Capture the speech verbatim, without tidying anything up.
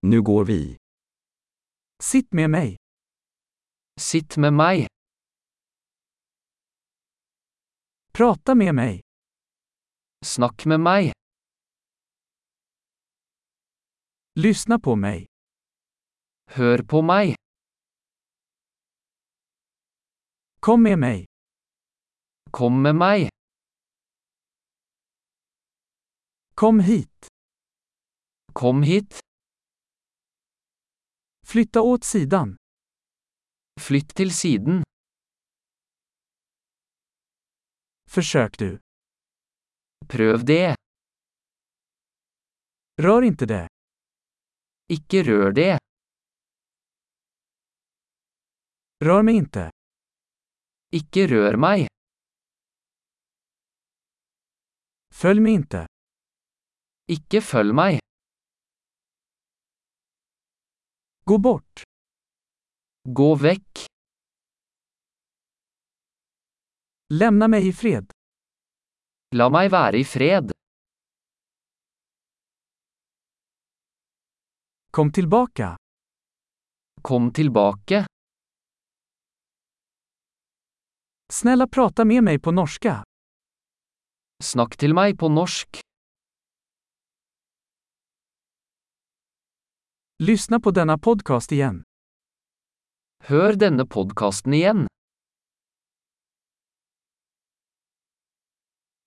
Nu går vi. Sitt med mig. Sitt med meg. Prata med mig. Snakk med meg. Lyssna på mig. Hør på meg. Kom med mig. Kom med meg. Kom hit. Kom hit. Flytta åt sidan. Flytt til siden. Försök du. Prøv det. Rör inte det. Ikke rør det. Rör mig inte. Ikke rør meg. Följ mig inte. Ikke følg meg. Gå bort. Gå vekk. Lämna mig i fred. La meg være i fred. Kom tillbaka. Kom tilbake. Snälla prata med mig på norska. Snakk til meg på norsk. Lyssna på denna podcast igen. Hør denne podkasten igjen.